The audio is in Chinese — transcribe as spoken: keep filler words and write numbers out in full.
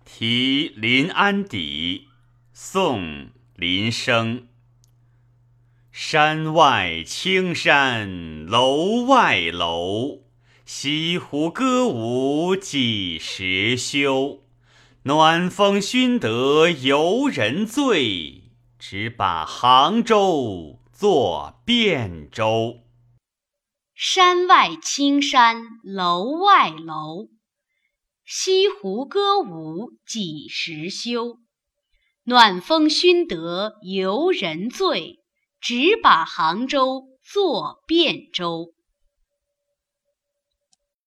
题临安邸，宋·林升。山外青山楼外楼，西湖歌舞几时休？暖风熏得游人醉，只把杭州作汴州。 山外青山楼外楼，西湖歌舞几时休？暖风熏得游人醉，只把杭州作汴州。